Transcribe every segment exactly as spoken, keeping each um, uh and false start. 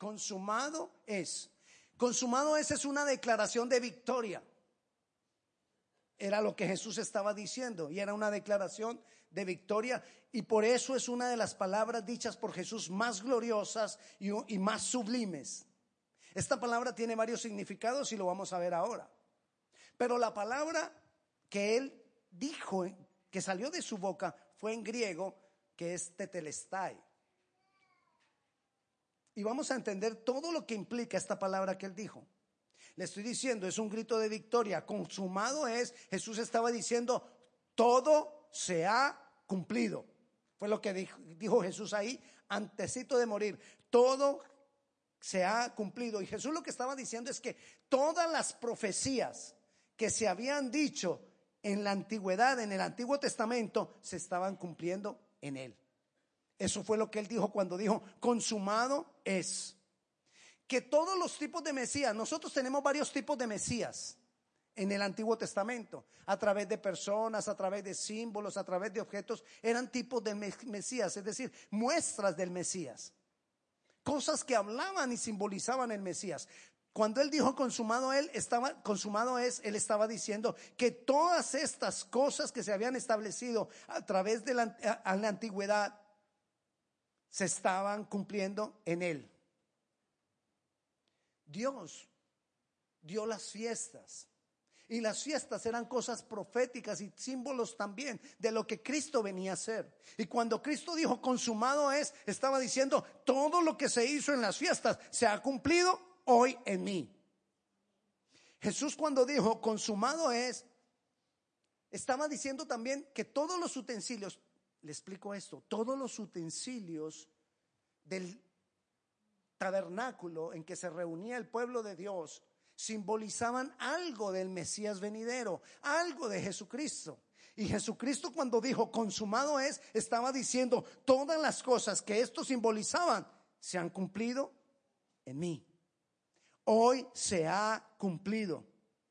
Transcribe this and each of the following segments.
Consumado es. Consumado es es una declaración de victoria. Era lo que Jesús estaba diciendo y era una declaración de victoria, y por eso es una de las palabras dichas por Jesús más gloriosas y, y más sublimes. Esta palabra tiene varios significados y lo vamos a ver ahora. Pero la palabra que él dijo, que salió de su boca, fue en griego, que es tetelestai. Y vamos a entender todo lo que implica esta palabra que él dijo. Le estoy diciendo, es un grito de victoria. Consumado es, Jesús estaba diciendo, todo se ha cumplido. Fue lo que dijo, dijo Jesús ahí, antesito de morir. Todo se ha cumplido. Y Jesús lo que estaba diciendo es que todas las profecías que se habían dicho en la antigüedad, en el Antiguo Testamento, se estaban cumpliendo en él. Eso fue lo que él dijo cuando dijo, consumado es. Que todos los tipos de Mesías, nosotros tenemos varios tipos de Mesías en el Antiguo Testamento, a través de personas, a través de símbolos, a través de objetos, eran tipos de Mesías, es decir, muestras del Mesías, cosas que hablaban y simbolizaban el Mesías. Cuando él dijo consumado él estaba consumado es, él estaba diciendo que todas estas cosas que se habían establecido a través de la, a la antigüedad se estaban cumpliendo en él. Dios dio las fiestas, y las fiestas eran cosas proféticas y símbolos también de lo que Cristo venía a hacer. Y cuando Cristo dijo consumado es, estaba diciendo todo lo que se hizo en las fiestas se ha cumplido hoy en mí. Jesús cuando dijo consumado es, estaba diciendo también que todos los utensilios, le explico esto, todos los utensilios del tabernáculo en que se reunía el pueblo de Dios simbolizaban algo del Mesías venidero, algo de Jesucristo. Y Jesucristo cuando dijo consumado es, estaba diciendo todas las cosas que esto simbolizaban se han cumplido en mí. Hoy se ha cumplido.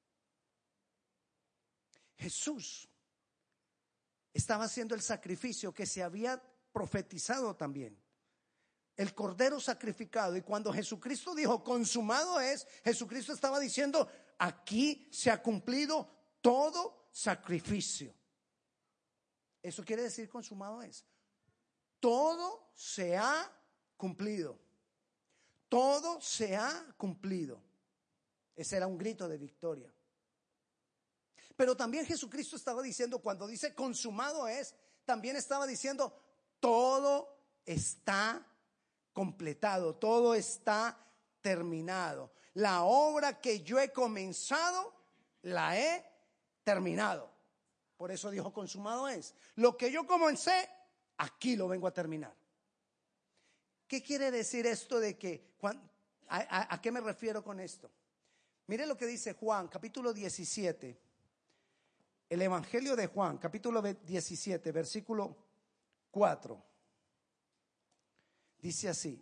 Jesús estaba haciendo el sacrificio que se había profetizado también. El cordero sacrificado. Y cuando Jesucristo dijo consumado es, Jesucristo estaba diciendo aquí se ha cumplido todo sacrificio. Eso quiere decir consumado es. Todo se ha cumplido. Todo se ha cumplido. Ese era un grito de victoria. Pero también Jesucristo estaba diciendo, cuando dice consumado es, también estaba diciendo todo está completado, todo está terminado. La obra que yo he comenzado, la he terminado. Por eso dijo consumado es. Lo que yo comencé, aquí lo vengo a terminar. ¿Qué quiere decir esto de que, a, a, a qué me refiero con esto? Mire lo que dice Juan, capítulo diecisiete. El Evangelio de Juan, capítulo diecisiete, versículo cuatro. Dice así: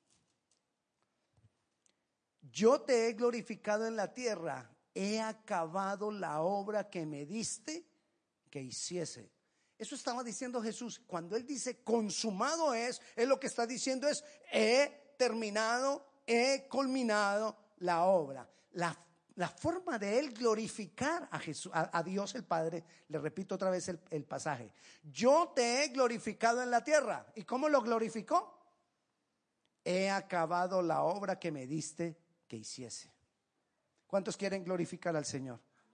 yo te he glorificado en la tierra, he acabado la obra que me diste que hiciese. Eso estaba diciendo Jesús. Cuando él dice consumado es, él lo que está diciendo es he terminado, he culminado la obra. La, la forma de él glorificar a Jesús, a, a Dios el Padre, le repito otra vez el, el pasaje. Yo te he glorificado en la tierra. ¿Y cómo lo glorificó? He acabado la obra que me diste que hiciese. ¿Cuántos quieren glorificar al Señor?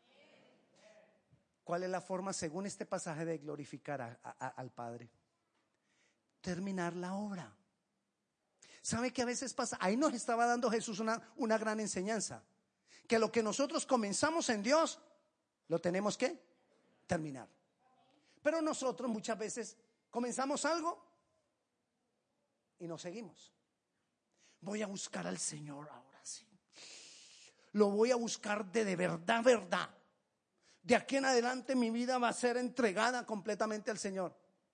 ¿Cuál es la forma según este pasaje de glorificar a, a, al Padre? Terminar la obra. ¿Sabe qué a veces pasa? Ahí nos estaba dando Jesús una, una gran enseñanza. Que lo que nosotros comenzamos en Dios, lo tenemos que terminar. Pero nosotros muchas veces comenzamos algo y nos seguimos. Voy a buscar al Señor ahora sí. Lo voy a buscar de, de verdad, verdad. De aquí en adelante mi vida va a ser entregada completamente al Señor.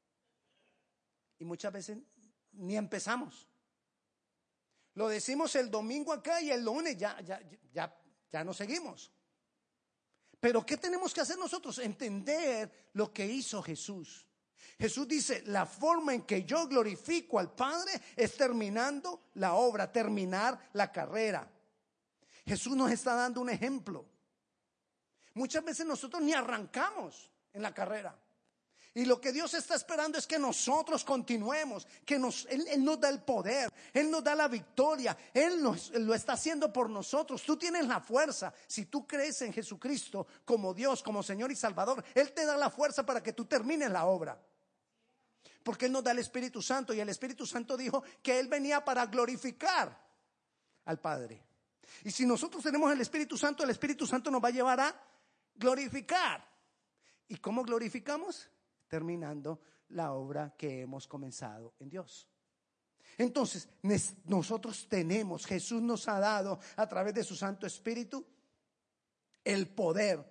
Y muchas veces ni empezamos. Lo decimos el domingo acá y el lunes ya, ya, ya, ya nos seguimos. Pero ¿qué tenemos que hacer nosotros? Entender lo que hizo Jesús. Jesús dice, la forma en que yo glorifico al Padre es terminando la obra, terminar la carrera. Jesús nos está dando un ejemplo. Muchas veces nosotros ni arrancamos en la carrera. Y lo que Dios está esperando es que nosotros continuemos, que nos, Él, Él nos da el poder, Él nos da la victoria, Él nos, Él lo está haciendo por nosotros. Tú tienes la fuerza. Si tú crees en Jesucristo como Dios, como Señor y Salvador, Él te da la fuerza para que tú termines la obra. Porque Él nos da el Espíritu Santo, y el Espíritu Santo dijo que Él venía para glorificar al Padre. Y si nosotros tenemos el Espíritu Santo, el Espíritu Santo nos va a llevar a glorificar. ¿Y cómo glorificamos? Terminando la obra que hemos comenzado en Dios. Entonces, nosotros tenemos, Jesús nos ha dado a través de su Santo Espíritu el poder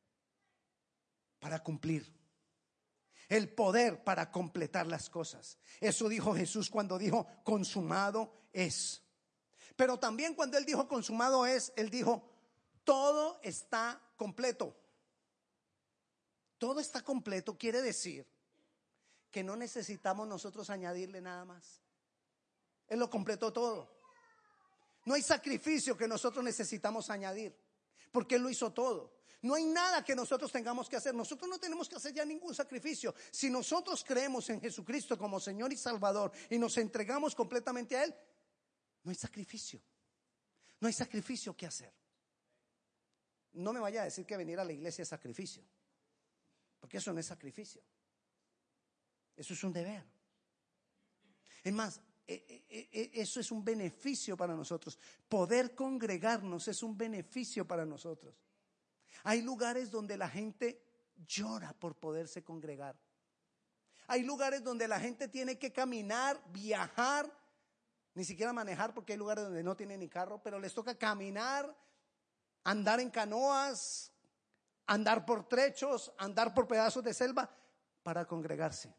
para cumplir, el poder para completar las cosas. Eso dijo Jesús cuando dijo consumado es. Pero también cuando Él dijo consumado es, Él dijo todo está completo. Todo está completo quiere decir que no necesitamos nosotros añadirle nada más. Él lo completó todo. No hay sacrificio que nosotros necesitamos añadir, porque Él lo hizo todo. No hay nada que nosotros tengamos que hacer. Nosotros no tenemos que hacer ya ningún sacrificio. Si nosotros creemos en Jesucristo como Señor y Salvador y nos entregamos completamente a Él, no hay sacrificio. No hay sacrificio que hacer. No me vaya a decir que venir a la iglesia es sacrificio, porque eso no es sacrificio. Eso es un deber. Es más, eso es un beneficio para nosotros. Poder congregarnos es un beneficio para nosotros. Hay lugares donde la gente llora por poderse congregar. Hay lugares donde la gente tiene que caminar, viajar, ni siquiera manejar, porque hay lugares donde no tienen ni carro, pero les toca caminar, andar en canoas, andar por trechos, andar por pedazos de selva para congregarse.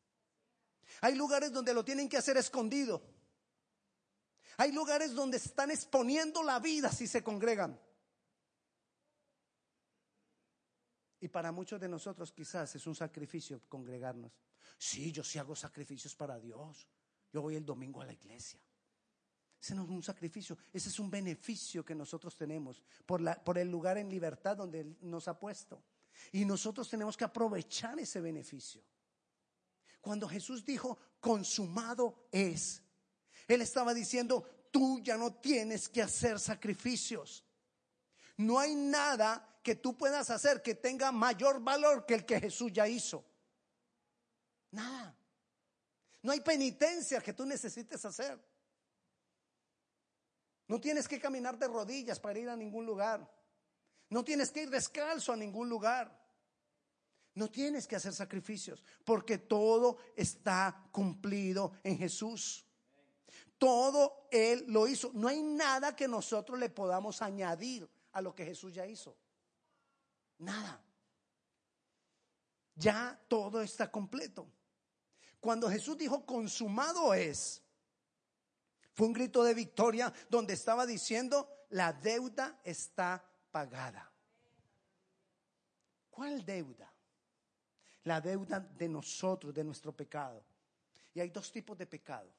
Hay lugares donde lo tienen que hacer escondido. Hay lugares donde están exponiendo la vida si se congregan. Y para muchos de nosotros quizás es un sacrificio congregarnos. Sí, yo sí hago sacrificios para Dios. Yo voy el domingo a la iglesia. Ese no es un sacrificio, ese es un beneficio que nosotros tenemos por, la, por el lugar en libertad donde Él nos ha puesto. Y nosotros tenemos que aprovechar ese beneficio. Cuando Jesús dijo consumado es, Él estaba diciendo tú ya no tienes que hacer sacrificios. No hay nada que tú puedas hacer que tenga mayor valor que el que Jesús ya hizo. Nada. No hay penitencia que tú necesites hacer. No tienes que caminar de rodillas para ir a ningún lugar. No tienes que ir descalzo a ningún lugar. No tienes que hacer sacrificios, porque todo está cumplido en Jesús. Todo Él lo hizo. No hay nada que nosotros le podamos añadir a lo que Jesús ya hizo. Nada. Ya todo está completo. Cuando Jesús dijo consumado es, fue un grito de victoria donde estaba diciendo la deuda está pagada. ¿Cuál deuda? La deuda de nosotros, de nuestro pecado. Y hay dos tipos de pecado.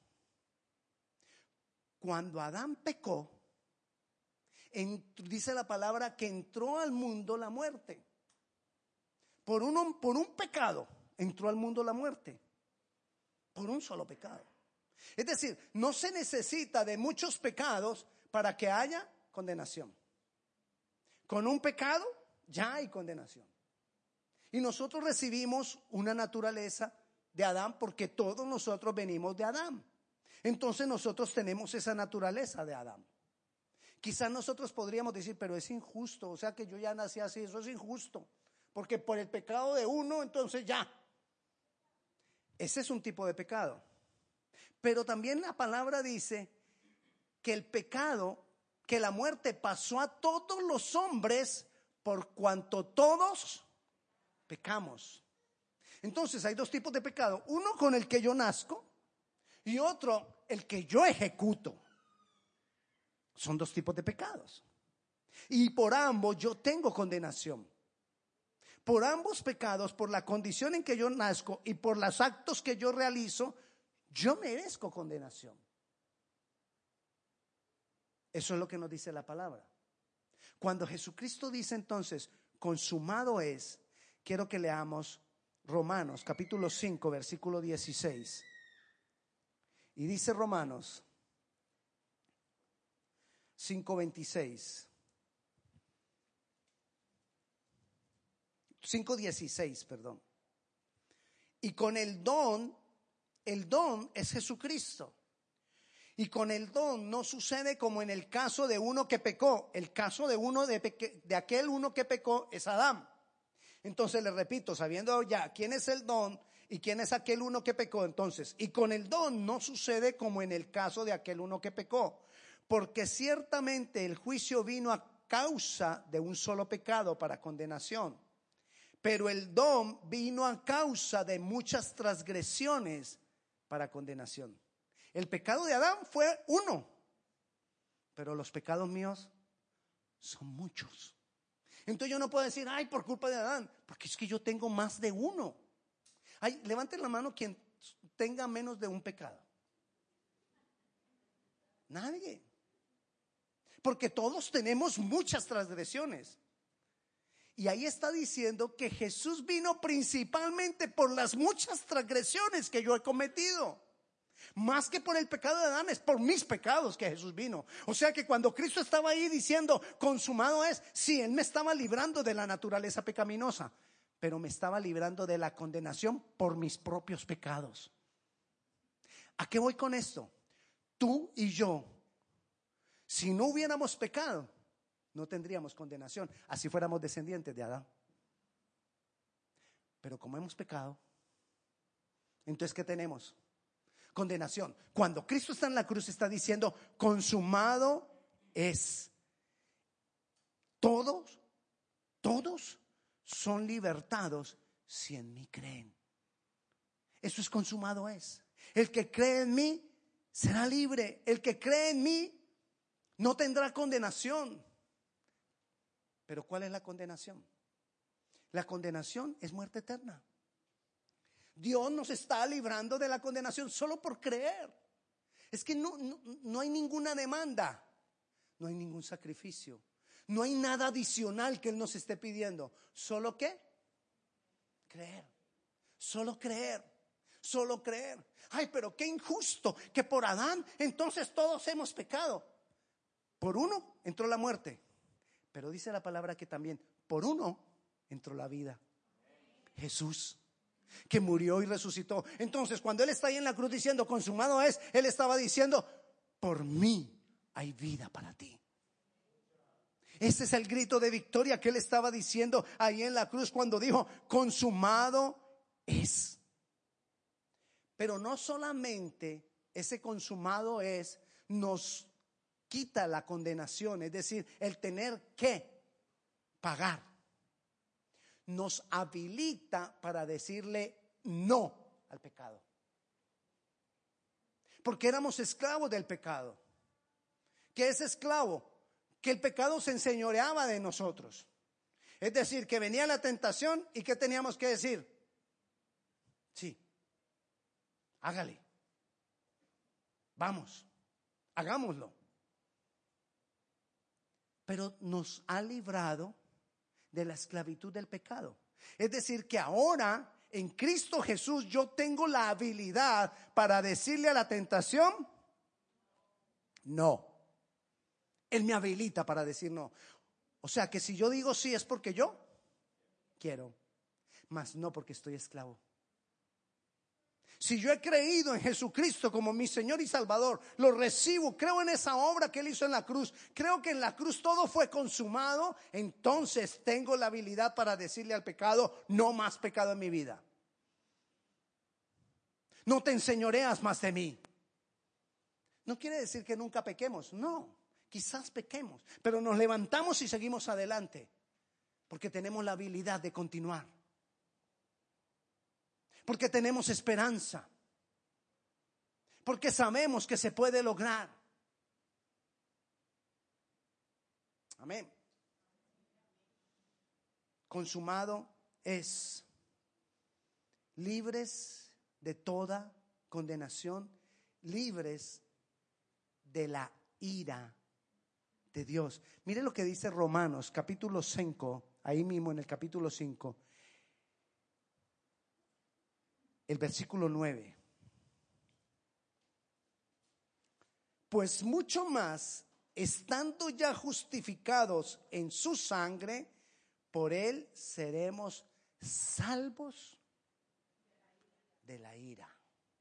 Cuando Adán pecó, en, dice la palabra que entró al mundo la muerte. Por un, por un pecado entró al mundo la muerte. Por un solo pecado. Es decir, no se necesita de muchos pecados para que haya condenación. Con un pecado ya hay condenación. Y nosotros recibimos una naturaleza de Adán porque todos nosotros venimos de Adán. Entonces nosotros tenemos esa naturaleza de Adán. Quizás nosotros podríamos decir, pero es injusto, o sea que yo ya nací así, eso es injusto. Porque por el pecado de uno, entonces ya. Ese es un tipo de pecado. Pero también la palabra dice que el pecado, que la muerte pasó a todos los hombres por cuanto todos pecamos. Entonces hay dos tipos de pecado. Uno con el que yo nazco y otro el que yo ejecuto. Son dos tipos de pecados. Y por ambos yo tengo condenación. por ambos pecados, por la condición en que yo nazco y por los actos que yo realizo, yo merezco condenación. Eso es lo que nos dice la palabra. Cuando Jesucristo dice entonces, consumado es, quiero que leamos Romanos capítulo cinco, versículo dieciséis. Y dice Romanos cinco veintiséis. cinco dieciséis, perdón. Y con el don, el don es Jesucristo. Y con el don no sucede como en el caso de uno que pecó. El caso de uno de, peque, de aquel uno que pecó es Adán. Entonces le repito, sabiendo ya quién es el don y quién es aquel uno que pecó, entonces, y con el don no sucede como en el caso de aquel uno que pecó, porque ciertamente el juicio vino a causa de un solo pecado para condenación, pero el don vino a causa de muchas transgresiones para condenación. El pecado de Adán fue uno, pero los pecados míos son muchos. Entonces yo no puedo decir, ay, por culpa de Adán, porque es que yo tengo más de uno. Ay, levanten la mano quien tenga menos de un pecado. Nadie. Porque todos tenemos muchas transgresiones. Y ahí está diciendo que Jesús vino principalmente por las muchas transgresiones que yo he cometido. Más que por el pecado de Adán, es por mis pecados que Jesús vino. O sea que cuando Cristo estaba ahí diciendo consumado es, sí, Él me estaba librando de la naturaleza pecaminosa, pero me estaba librando de la condenación por mis propios pecados. ¿A qué voy con esto? Tú y yo, si no hubiéramos pecado, no tendríamos condenación, así fuéramos descendientes de Adán. Pero como hemos pecado, entonces ¿qué tenemos? Condenación. Cuando Cristo está en la cruz está diciendo consumado es. Todos, todos son libertados si en mí creen. Eso es consumado es. El que cree en mí será libre. El que cree en mí no tendrá condenación. Pero ¿cuál es la condenación? La condenación es muerte eterna. Dios nos está librando de la condenación solo por creer. Es que no, no, no hay ninguna demanda, no hay ningún sacrificio, no hay nada adicional que Él nos esté pidiendo. ¿Solo qué? Creer. Solo creer. Solo creer. Ay, pero qué injusto que por Adán entonces todos hemos pecado. Por uno entró la muerte, pero dice la palabra que también por uno entró la vida. Jesús, que murió y resucitó. Entonces cuando Él está ahí en la cruz diciendo consumado es, Él estaba diciendo por mí hay vida para ti. Ese es el grito de victoria que Él estaba diciendo ahí en la cruz cuando dijo consumado es. Pero no solamente ese consumado es nos quita la condenación, es decir, el tener que pagar. Nos habilita para decirle no al pecado. Porque éramos esclavos del pecado. ¿Qué es esclavo? Que el pecado se enseñoreaba de nosotros. Es decir, que venía la tentación y ¿qué teníamos que decir? Sí, hágale. Vamos, hagámoslo. Pero nos ha librado de la esclavitud del pecado. Es decir, que ahora en Cristo Jesús yo tengo la habilidad para decirle a la tentación no. Él me habilita para decir no. O sea que si yo digo sí es porque yo quiero, mas no porque estoy esclavo. Si yo he creído en Jesucristo como mi Señor y Salvador, lo recibo, creo en esa obra que Él hizo en la cruz, creo que en la cruz todo fue consumado, entonces tengo la habilidad para decirle al pecado, no más pecado en mi vida. No te enseñoreas más de mí. No quiere decir que nunca pequemos, no, quizás pequemos, pero nos levantamos y seguimos adelante, porque tenemos la habilidad de continuar. Porque tenemos esperanza. Porque sabemos que se puede lograr. Amén. Consumado es libres de toda condenación, libres de la ira de Dios. Mire lo que dice Romanos capítulo cinco, ahí mismo en el capítulo cinco, el versículo nueve. Pues mucho más, estando ya justificados en su sangre, por él seremos salvos de la ira.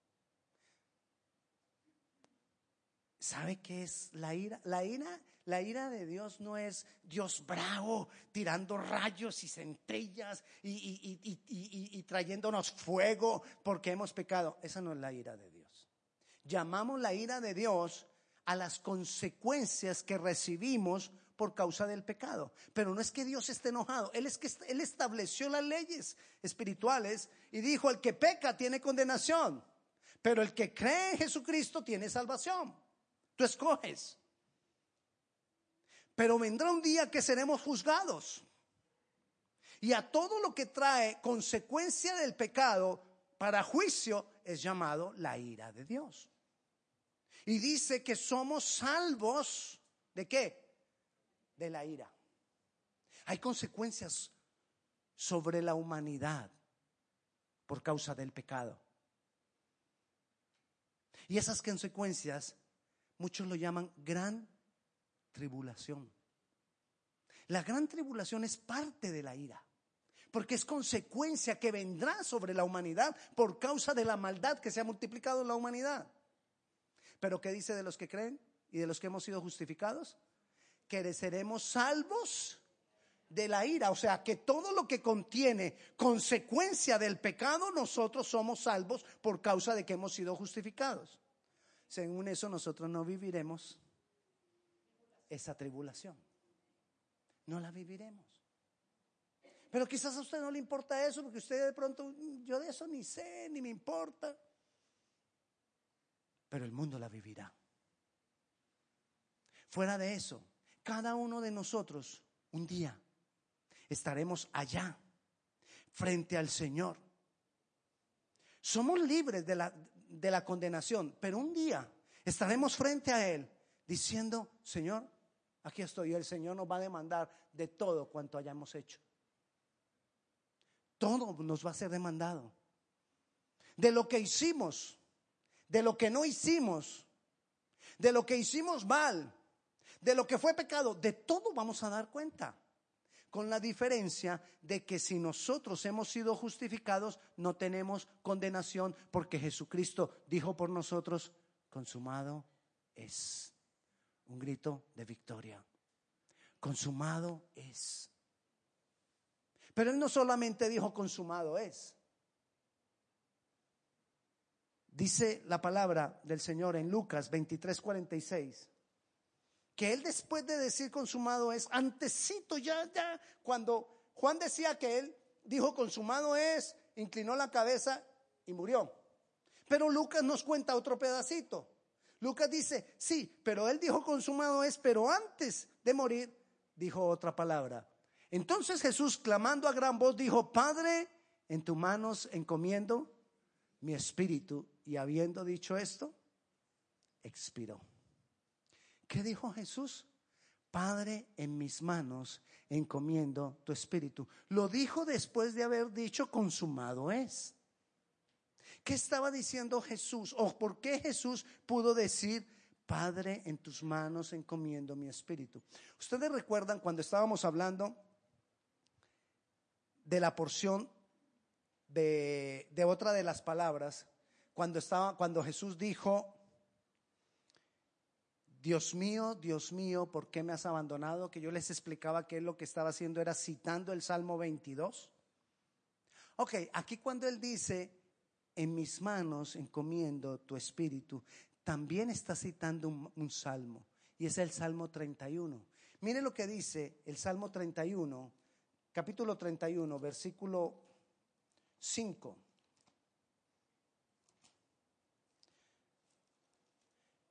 ¿Sabe qué es la ira? La ira, la ira de Dios no es Dios bravo tirando rayos y centellas y, y, y, y, y, y trayéndonos fuego porque hemos pecado. Esa no es la ira de Dios. Llamamos la ira de Dios a las consecuencias que recibimos por causa del pecado. Pero no es que Dios esté enojado. Él es que Él estableció las leyes espirituales y dijo: el que peca tiene condenación, pero el que cree en Jesucristo tiene salvación. Tú escoges. Pero vendrá un día que seremos juzgados. Y a todo lo que trae consecuencia del pecado para juicio es llamado la ira de Dios. Y dice que somos salvos ¿de qué? De la ira. Hay consecuencias sobre la humanidad por causa del pecado. Y esas consecuencias muchos lo llaman gran tribulación. La gran tribulación es parte de la ira, porque es consecuencia que vendrá sobre la humanidad por causa de la maldad que se ha multiplicado en la humanidad. Pero ¿qué dice de los que creen y de los que hemos sido justificados? Que seremos salvos de la ira. O sea, que todo lo que contiene consecuencia del pecado, nosotros somos salvos por causa de que hemos sido justificados. Según eso, nosotros no viviremos esa tribulación. No la viviremos. Pero quizás a usted no le importa eso, porque usted de pronto, yo de eso ni sé, ni me importa. Pero el mundo la vivirá. Fuera de eso, cada uno de nosotros un día estaremos allá frente al Señor. Somos libres de la, de la condenación, pero un día estaremos frente a Él diciendo: Señor, aquí estoy. Y el Señor nos va a demandar de todo cuanto hayamos hecho. Todo nos va a ser demandado. De lo que hicimos, de lo que no hicimos, de lo que hicimos mal, de lo que fue pecado, de todo vamos a dar cuenta. Con la diferencia de que si nosotros hemos sido justificados, no tenemos condenación, porque Jesucristo dijo por nosotros: consumado es. Un grito de victoria. Consumado es. Pero Él no solamente dijo consumado es. Dice la palabra del Señor en Lucas veintitrés cuarenta y seis, que Él, después de decir consumado es, antesito ya, ya, cuando Juan decía que Él dijo consumado es, inclinó la cabeza y murió. Pero Lucas nos cuenta otro pedacito. Lucas dice: sí, pero Él dijo consumado es, pero antes de morir dijo otra palabra. Entonces Jesús, clamando a gran voz, dijo: Padre, en tus manos encomiendo mi espíritu. Y habiendo dicho esto, expiró. ¿Qué dijo Jesús? Padre, en mis manos encomiendo tu espíritu. Lo dijo después de haber dicho consumado es. ¿Qué estaba diciendo Jesús? ¿O por qué Jesús pudo decir: Padre, en tus manos encomiendo mi espíritu? Ustedes recuerdan cuando estábamos hablando de la porción de, de otra de las palabras, cuando estaba, cuando Jesús dijo: Dios mío, Dios mío, ¿por qué me has abandonado? Que yo les explicaba que él lo que estaba haciendo era citando el Salmo veintidós. Ok, aquí cuando él dice: en mis manos encomiendo tu espíritu, también está citando un, un salmo, y es el Salmo treinta y uno. Mire lo que dice el Salmo treinta y uno, capítulo treinta y uno, versículo cinco.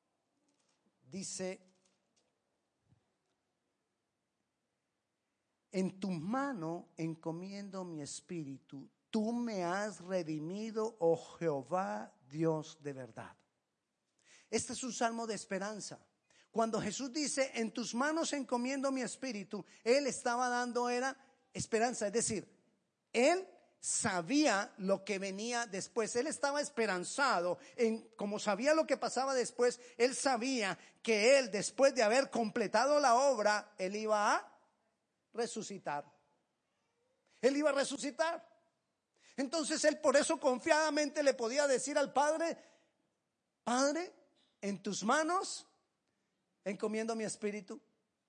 Dice: en tu mano encomiendo mi espíritu. Tú me has redimido, oh Jehová, Dios de verdad. Este es un salmo de esperanza. Cuando Jesús dice, en tus manos encomiendo mi espíritu, Él estaba dando era esperanza. Es decir, Él sabía lo que venía después. Él estaba esperanzado en, como sabía lo que pasaba después, Él sabía que Él, después de haber completado la obra, Él iba a resucitar. Él iba a resucitar. Entonces Él por eso confiadamente le podía decir al Padre, Padre, en tus manos encomiendo mi espíritu.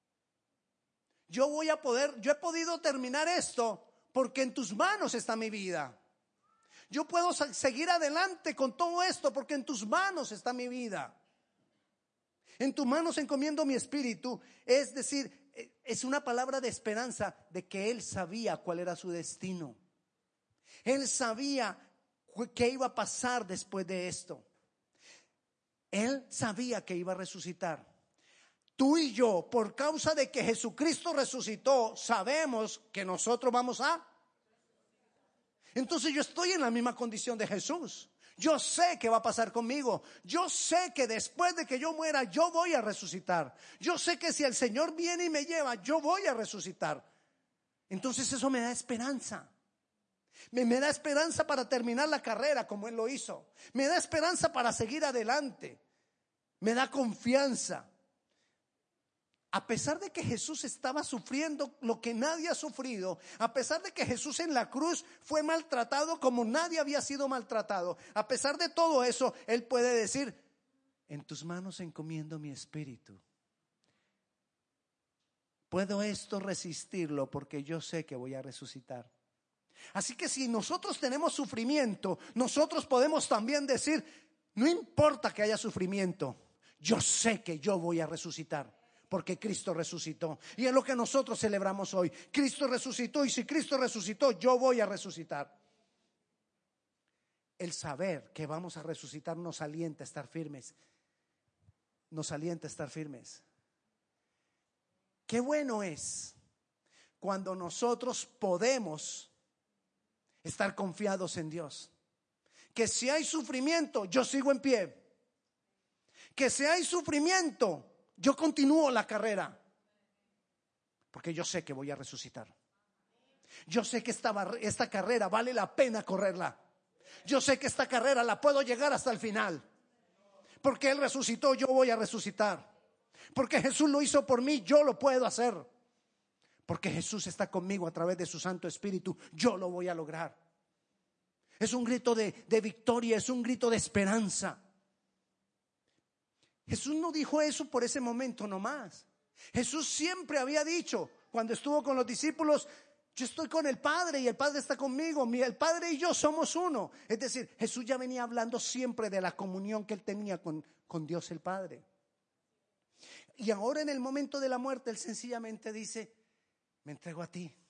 Yo voy a poder, yo he podido terminar esto porque en tus manos está mi vida. Yo puedo seguir adelante con todo esto porque en tus manos está mi vida. En tus manos encomiendo mi espíritu. Es decir, es una palabra de esperanza de que Él sabía cuál era su destino. Él sabía qué iba a pasar después de esto. Él sabía que iba a resucitar. Tú y yo, por causa de que Jesucristo resucitó, sabemos que nosotros vamos a. Entonces yo estoy en la misma condición de Jesús. Yo sé qué va a pasar conmigo. Yo sé que después de que yo muera, yo voy a resucitar. Yo sé que si el Señor viene y me lleva, yo voy a resucitar. Entonces eso me da esperanza. Me, me da esperanza para terminar la carrera como Él lo hizo. Me da esperanza para seguir adelante. Me da confianza. A pesar de que Jesús estaba sufriendo lo que nadie ha sufrido, a pesar de que Jesús en la cruz fue maltratado como nadie había sido maltratado, a pesar de todo eso, Él puede decir, en tus manos encomiendo mi espíritu. Puedo esto resistirlo porque yo sé que voy a resucitar. Así que si nosotros tenemos sufrimiento, nosotros podemos también decir, no importa que haya sufrimiento, yo sé que yo voy a resucitar. Porque Cristo resucitó. Y es lo que nosotros celebramos hoy. Cristo resucitó, y si Cristo resucitó, yo voy a resucitar. El saber que vamos a resucitar nos alienta a estar firmes. Nos alienta a estar firmes. Qué bueno es cuando nosotros podemos estar confiados en Dios. Que si hay sufrimiento, yo sigo en pie. Que si hay sufrimiento, yo continúo la carrera porque yo sé que voy a resucitar. Yo sé que esta, esta carrera vale la pena correrla. Yo sé que esta carrera la puedo llegar hasta el final. Porque Él resucitó, yo voy a resucitar. Porque Jesús lo hizo por mí, yo lo puedo hacer. Porque Jesús está conmigo a través de su Santo Espíritu, yo lo voy a lograr. Es un grito de, de victoria, es un grito de esperanza. Jesús no dijo eso por ese momento nomás. Jesús siempre había dicho, cuando estuvo con los discípulos, yo estoy con el Padre y el Padre está conmigo. El Padre y yo somos uno. Es decir, Jesús ya venía hablando siempre de la comunión que Él tenía con, con Dios el Padre. Y ahora en el momento de la muerte, Él sencillamente dice, me entrego a ti.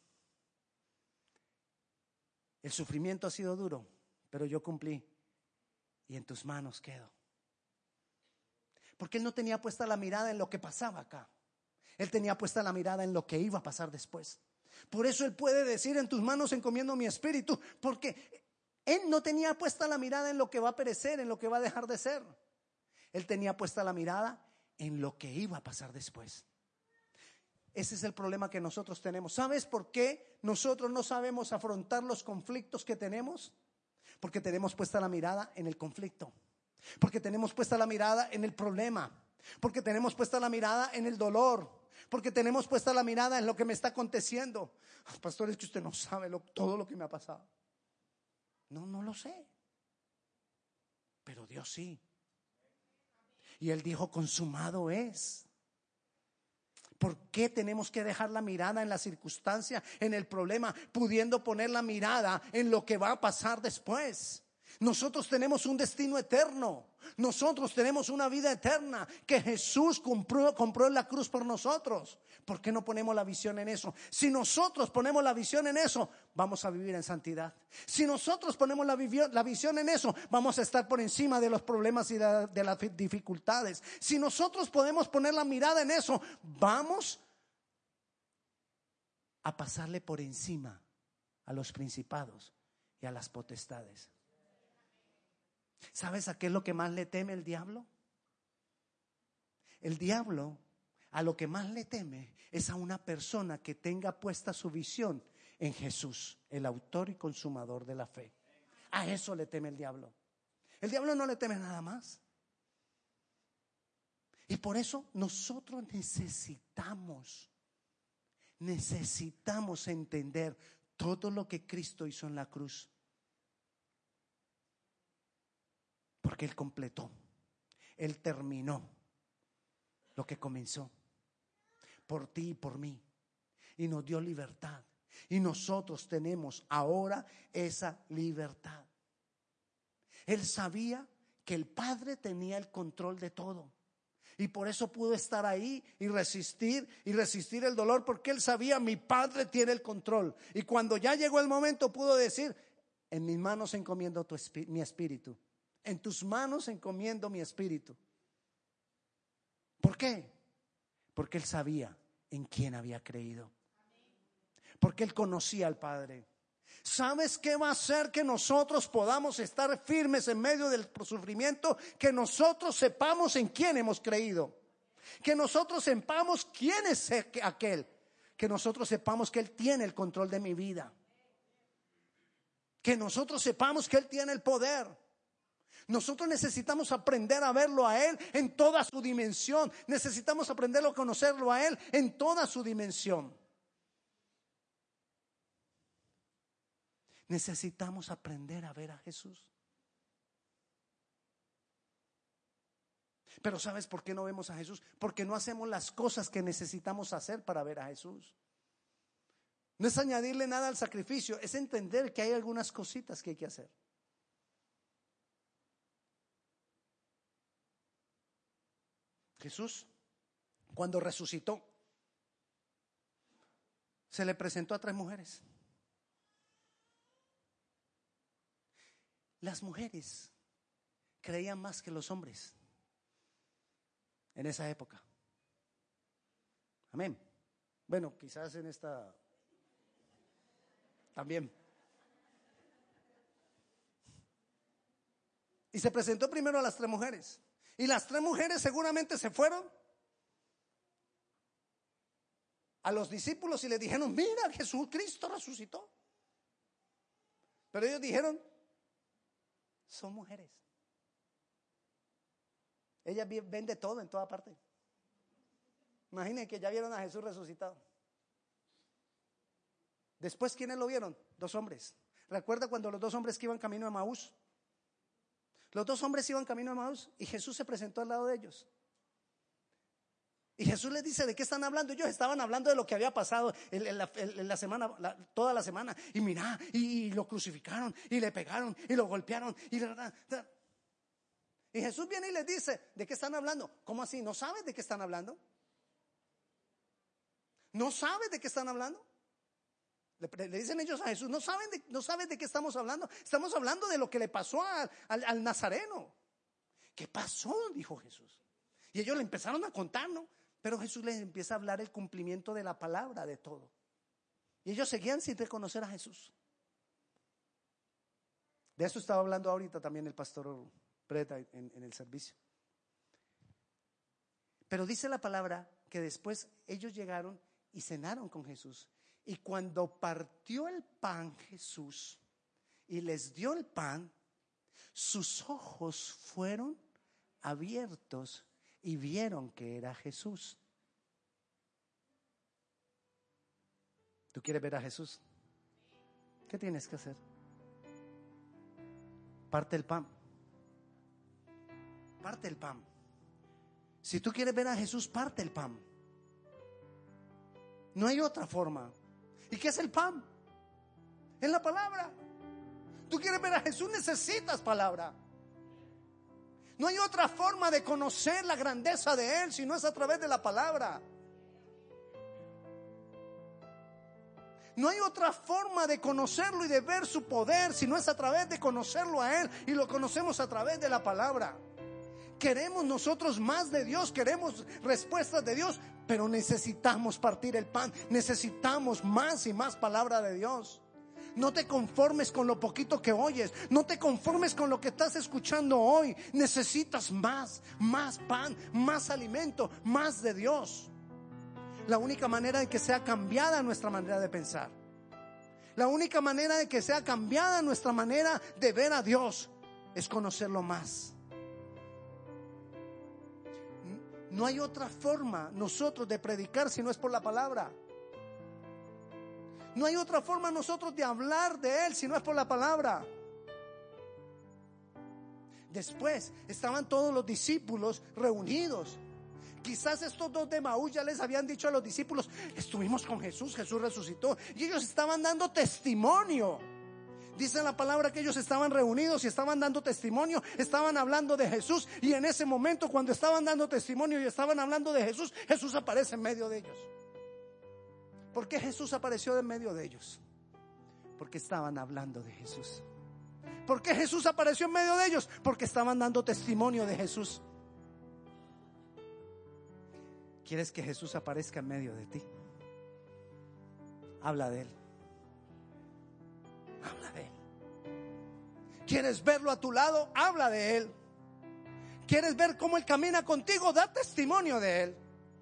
El sufrimiento ha sido duro, pero yo cumplí y en tus manos quedo. Porque Él no tenía puesta la mirada en lo que pasaba acá. Él tenía puesta la mirada en lo que iba a pasar después. Por eso Él puede decir, en tus manos encomiendo mi espíritu. Porque Él no tenía puesta la mirada en lo que va a perecer, en lo que va a dejar de ser. Él tenía puesta la mirada en lo que iba a pasar después. Ese es el problema que nosotros tenemos. ¿Sabes por qué nosotros no sabemos afrontar los conflictos que tenemos? Porque tenemos puesta la mirada en el conflicto. Porque tenemos puesta la mirada en el problema. Porque tenemos puesta la mirada en el dolor. Porque tenemos puesta la mirada en lo que me está aconteciendo. Pastor, es que usted no sabe lo, todo lo que me ha pasado. No, no lo sé. Pero Dios sí. Y Él dijo, consumado es. ¿Por qué tenemos que dejar la mirada en la circunstancia, en el problema, pudiendo poner la mirada en lo que va a pasar después? Nosotros tenemos un destino eterno. Nosotros tenemos una vida eterna que Jesús compró, compró en la cruz por nosotros. ¿Por qué no ponemos la visión en eso? Si nosotros ponemos la visión en eso, vamos a vivir en santidad. Si nosotros ponemos la, la visión en eso, vamos a estar por encima de los problemas y de, de las dificultades. Si nosotros podemos poner la mirada en eso, vamos a pasarle por encima a los principados y a las potestades. ¿Sabes a qué es lo que más le teme el diablo? El diablo a lo que más le teme es a una persona que tenga puesta su visión en Jesús, el autor y consumador de la fe. A eso le teme el diablo. El diablo no le teme nada más. Y por eso nosotros necesitamos, necesitamos entender todo lo que Cristo hizo en la cruz. Porque Él completó, Él terminó lo que comenzó por ti y por mí, y nos dio libertad, y nosotros tenemos ahora esa libertad. Él sabía que el Padre tenía el control de todo, y por eso pudo estar ahí y resistir y resistir el dolor, porque Él sabía: mi Padre tiene el control. Y cuando ya llegó el momento, pudo decir: en mis manos encomiendo tu espí- mi espíritu, en tus manos encomiendo mi espíritu. ¿Por qué? Porque Él sabía en quién había creído, porque Él conocía al Padre. ¿Sabes qué va a hacer que nosotros podamos estar firmes en medio del sufrimiento? Que nosotros sepamos en quién hemos creído, que nosotros sepamos quién es aquel, que nosotros sepamos que Él tiene el control de mi vida, que nosotros sepamos que Él tiene el poder. Nosotros necesitamos aprender a verlo a Él en toda su dimensión. Necesitamos aprenderlo a conocerlo a Él en toda su dimensión. Necesitamos aprender a ver a Jesús. Pero ¿sabes por qué no vemos a Jesús? Porque no hacemos las cosas que necesitamos hacer para ver a Jesús. No es añadirle nada al sacrificio, es entender que hay algunas cositas que hay que hacer. Jesús, cuando resucitó, se le presentó a tres mujeres. Las mujeres creían más que los hombres en esa época. Amén. Bueno, quizás en esta también. Y se presentó primero a las tres mujeres. Y las tres mujeres seguramente se fueron a los discípulos y les dijeron: mira, Jesucristo resucitó. Pero ellos dijeron: son mujeres. Ellas ven de todo en toda parte. Imaginen que ya vieron a Jesús resucitado. Después, ¿quiénes lo vieron? Dos hombres. ¿Recuerda cuando los dos hombres que iban camino a Emaús? Los dos hombres iban camino a Emaús y Jesús se presentó al lado de ellos. Y Jesús les dice: ¿de qué están hablando? Ellos estaban hablando de lo que había pasado en, en, la, en la semana, la, toda la semana. Y mirá, y, y lo crucificaron, y le pegaron, y lo golpearon. Y, y Jesús viene y les dice: ¿de qué están hablando? ¿Cómo así? ¿No saben de qué están hablando? ¿No saben de qué están hablando? Le, le dicen ellos a Jesús: ¿no saben de, no saben de qué estamos hablando? Estamos hablando de lo que le pasó a, al, al Nazareno. ¿Qué pasó? Dijo Jesús. Y ellos le empezaron a contar, ¿no? Pero Jesús les empieza a hablar el cumplimiento de la palabra, de todo. Y ellos seguían sin reconocer a Jesús. De eso estaba hablando ahorita también el pastor Preta en, en el servicio. Pero dice la palabra que después ellos llegaron y cenaron con Jesús. Y cuando partió el pan Jesús y les dio el pan, sus ojos fueron abiertos y vieron que era Jesús. ¿Tú quieres ver a Jesús? ¿Qué tienes que hacer? Parte el pan. Parte el pan. Si tú quieres ver a Jesús, parte el pan. No hay otra forma. ¿Y qué es el pan? Es la palabra. Tú quieres ver a Jesús, necesitas palabra. No hay otra forma de conocer la grandeza de Él si no es a través de la palabra. No hay otra forma de conocerlo y de ver su poder si no es a través de conocerlo a Él, y lo conocemos a través de la palabra. Queremos nosotros más de Dios, queremos respuestas de Dios, pero necesitamos partir el pan, necesitamos más y más palabra de Dios. No te conformes con lo poquito que oyes, no te conformes con lo que estás escuchando hoy. Necesitas más, más pan, más alimento, más de Dios. La única manera de que sea cambiada nuestra manera de pensar, la única manera de que sea cambiada nuestra manera de ver a Dios, es conocerlo más. No hay otra forma nosotros de predicar si no es por la palabra. No hay otra forma nosotros de hablar de Él si no es por la palabra. Después estaban todos los discípulos reunidos. Quizás estos dos de Emaús ya les habían dicho a los discípulos: estuvimos con Jesús, Jesús resucitó. Y ellos estaban dando testimonio. Dice la palabra que ellos estaban reunidos y estaban dando testimonio, estaban hablando de Jesús. Y en ese momento, cuando estaban dando testimonio y estaban hablando de Jesús, Jesús aparece en medio de ellos. ¿Por qué Jesús apareció en medio de ellos? Porque estaban hablando de Jesús. ¿Por qué Jesús apareció en medio de ellos? Porque estaban dando testimonio de Jesús. ¿Quieres que Jesús aparezca en medio de ti? Habla de Él. Habla de Él. ¿Quieres verlo a tu lado? Habla de Él. ¿Quieres ver cómo Él camina contigo? Da testimonio de Él.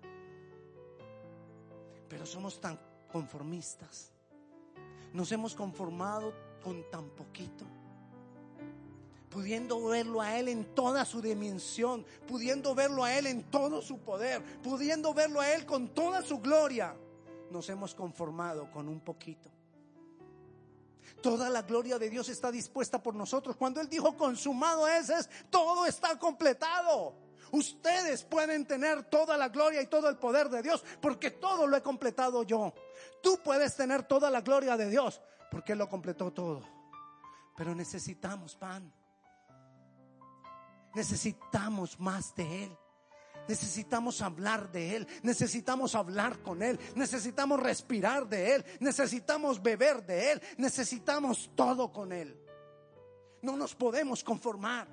Pero somos tan conformistas. Nos hemos conformado con tan poquito, pudiendo verlo a Él en toda su dimensión, pudiendo verlo a Él en todo su poder, pudiendo verlo a Él con toda su gloria. Nos hemos conformado con un poquito. Toda la gloria de Dios está dispuesta por nosotros. Cuando Él dijo consumado es, es todo está completado. Ustedes pueden tener toda la gloria y todo el poder de Dios, porque todo lo he completado yo. Tú puedes tener toda la gloria de Dios, porque Él lo completó todo. Pero necesitamos pan. Necesitamos más de Él. Necesitamos hablar de Él. Necesitamos hablar con Él. Necesitamos respirar de Él. Necesitamos beber de Él. Necesitamos todo con Él. No nos podemos conformar.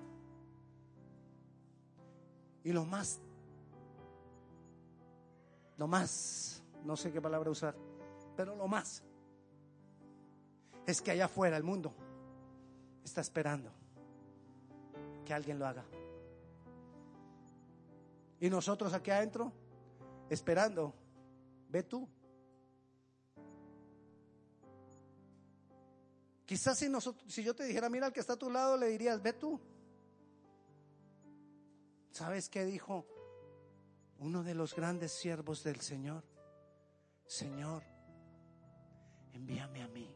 Y lo más, lo más, no sé qué palabra usar, pero lo más es que allá afuera el mundo está esperando que alguien lo haga. Y nosotros aquí adentro esperando, ve tú. Quizás si, nosotros, si yo te dijera, mira al que está a tu lado, le dirías, ve tú. ¿Sabes qué dijo uno de los grandes siervos del Señor? Señor, envíame a mí.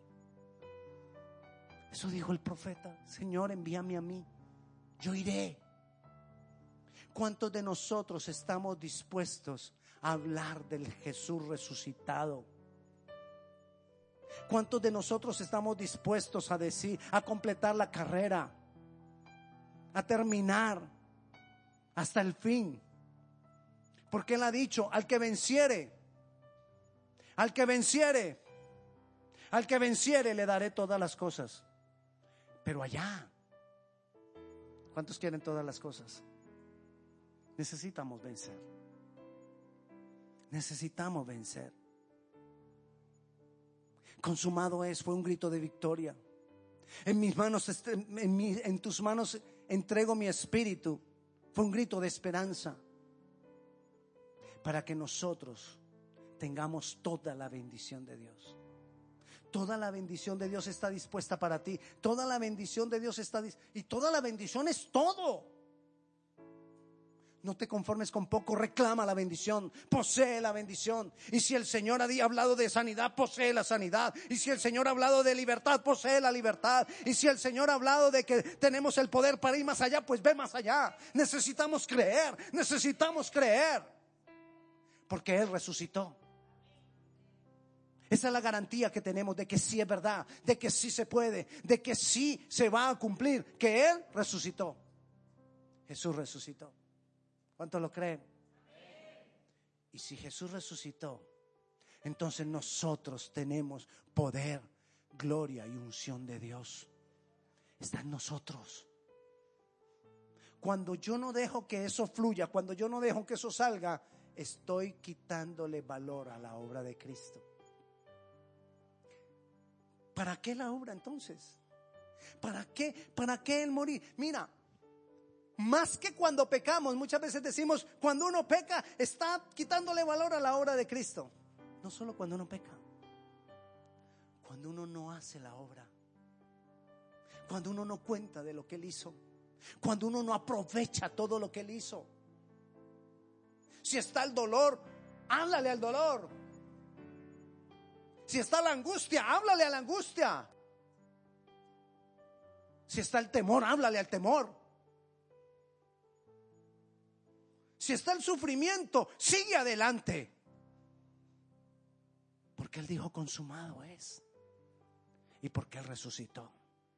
Eso dijo el profeta. Señor, envíame a mí. Yo iré. ¿Cuántos de nosotros estamos dispuestos a hablar del Jesús resucitado? ¿Cuántos de nosotros estamos dispuestos a decir, a completar la carrera, a terminar hasta el fin? Porque Él ha dicho, al que venciere, al que venciere, al que venciere le daré todas las cosas. Pero allá, ¿cuántos quieren todas las cosas? Necesitamos vencer. Necesitamos vencer. Consumado es, fue un grito de victoria. En mis manos, en, mi, en tus manos entrego mi espíritu. Fue un grito de esperanza para que nosotros tengamos toda la bendición de Dios. Toda la bendición de Dios está dispuesta para ti. Toda la bendición de Dios está dis- y toda la bendición es todo. No te conformes con poco, reclama la bendición, posee la bendición. Y si el Señor ha hablado de sanidad, posee la sanidad. Y si el Señor ha hablado de libertad, posee la libertad. Y si el Señor ha hablado de que tenemos el poder para ir más allá, pues ve más allá. Necesitamos creer, necesitamos creer, porque Él resucitó. Esa es la garantía que tenemos de que sí es verdad, de que sí se puede, de que sí se va a cumplir, que Él resucitó. Jesús resucitó. ¿Cuántos lo creen? Y si Jesús resucitó, entonces nosotros tenemos poder, gloria y unción de Dios. Está en nosotros. Cuando yo no dejo que eso fluya, cuando yo no dejo que eso salga, estoy quitándole valor a la obra de Cristo. ¿Para qué la obra entonces? ¿Para qué? ¿Para qué el morir? Mira, más que cuando pecamos, muchas veces decimos, cuando uno peca, está quitándole valor a la obra de Cristo. No solo cuando uno peca, cuando uno no hace la obra, cuando uno no cuenta de lo que Él hizo, cuando uno no aprovecha todo lo que Él hizo. Si está el dolor, háblale al dolor. Si está la angustia, háblale a la angustia. Si está el temor, háblale al temor. Si está el sufrimiento, sigue adelante. Porque Él dijo, consumado es. Y porque Él resucitó.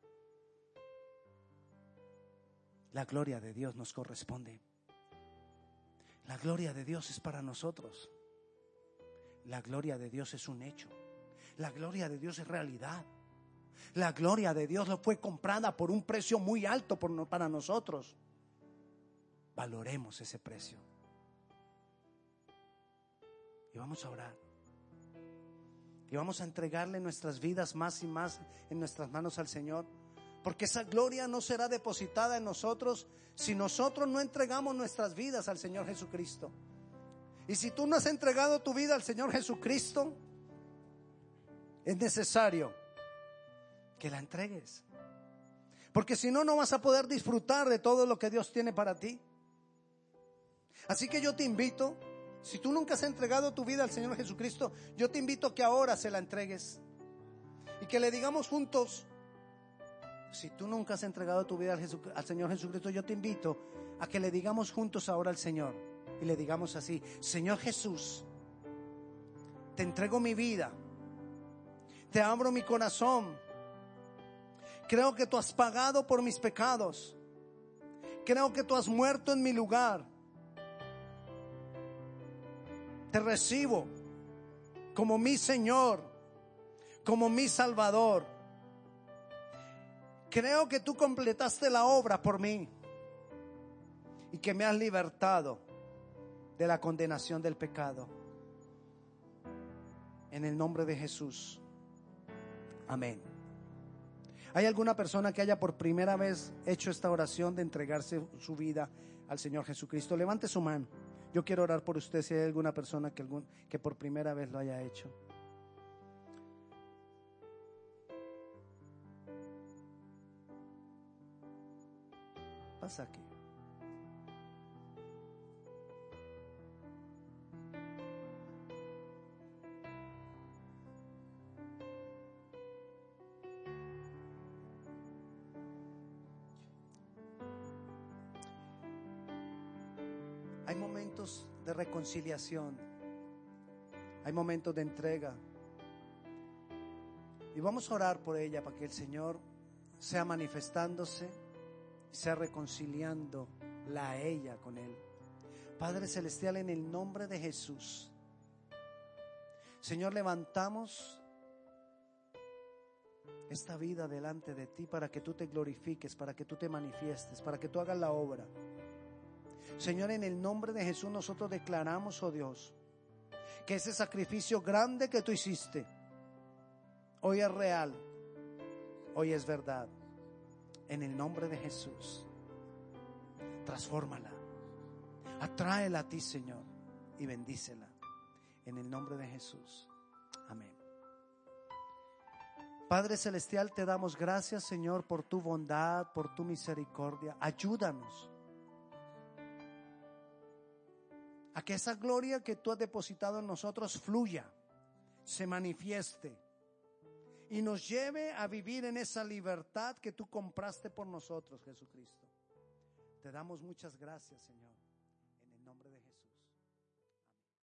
La gloria de Dios nos corresponde. La gloria de Dios es para nosotros. La gloria de Dios es un hecho. La gloria de Dios es realidad. La gloria de Dios lo fue comprada por un precio muy alto por, para nosotros. Valoremos ese precio. Y vamos a orar. Y vamos a entregarle nuestras vidas más y más en nuestras manos al Señor. Porque esa gloria no será depositada en nosotros si nosotros no entregamos nuestras vidas al Señor Jesucristo. Y si tú no has entregado tu vida al Señor Jesucristo, es necesario que la entregues. Porque si no, no vas a poder disfrutar de todo lo que Dios tiene para ti. Así que yo te invito, si tú nunca has entregado tu vida al Señor Jesucristo, yo te invito a que ahora se la entregues. Y que le digamos juntos, si tú nunca has entregado tu vida al, Jesu, al Señor Jesucristo, yo te invito a que le digamos juntos ahora al Señor. Y le digamos así: Señor Jesús, te entrego mi vida. Te abro mi corazón. Creo que tú has pagado por mis pecados. Creo que tú has muerto en mi lugar. Te recibo como mi Señor, como mi Salvador. Creo que tú completaste la obra por mí y que me has libertado de la condenación del pecado. En el nombre de Jesús. Amén. ¿Hay alguna persona que haya por primera vez hecho esta oración de entregarse su vida al Señor Jesucristo? Levante su mano. Yo quiero orar por usted si hay alguna persona que, algún, que por primera vez lo haya hecho. Pasa aquí. Hay momentos de reconciliación. Hay momentos de entrega. Y vamos a orar por ella para que el Señor sea manifestándose, sea reconciliándola a ella con Él. Padre Celestial, en el nombre de Jesús, Señor, levantamos esta vida delante de ti para que tú te glorifiques, para que tú te manifiestes, para que tú hagas la obra. Señor, en el nombre de Jesús nosotros declaramos, oh Dios, que ese sacrificio grande que tú hiciste hoy es real, hoy es verdad. En el nombre de Jesús, transfórmala, atráela a ti, Señor, y bendícela. En el nombre de Jesús. Amén. Padre Celestial, te damos gracias, Señor, por tu bondad, por tu misericordia. Ayúdanos a que esa gloria que tú has depositado en nosotros fluya, se manifieste y nos lleve a vivir en esa libertad que tú compraste por nosotros, Jesucristo. Te damos muchas gracias, Señor, en el nombre de Jesús.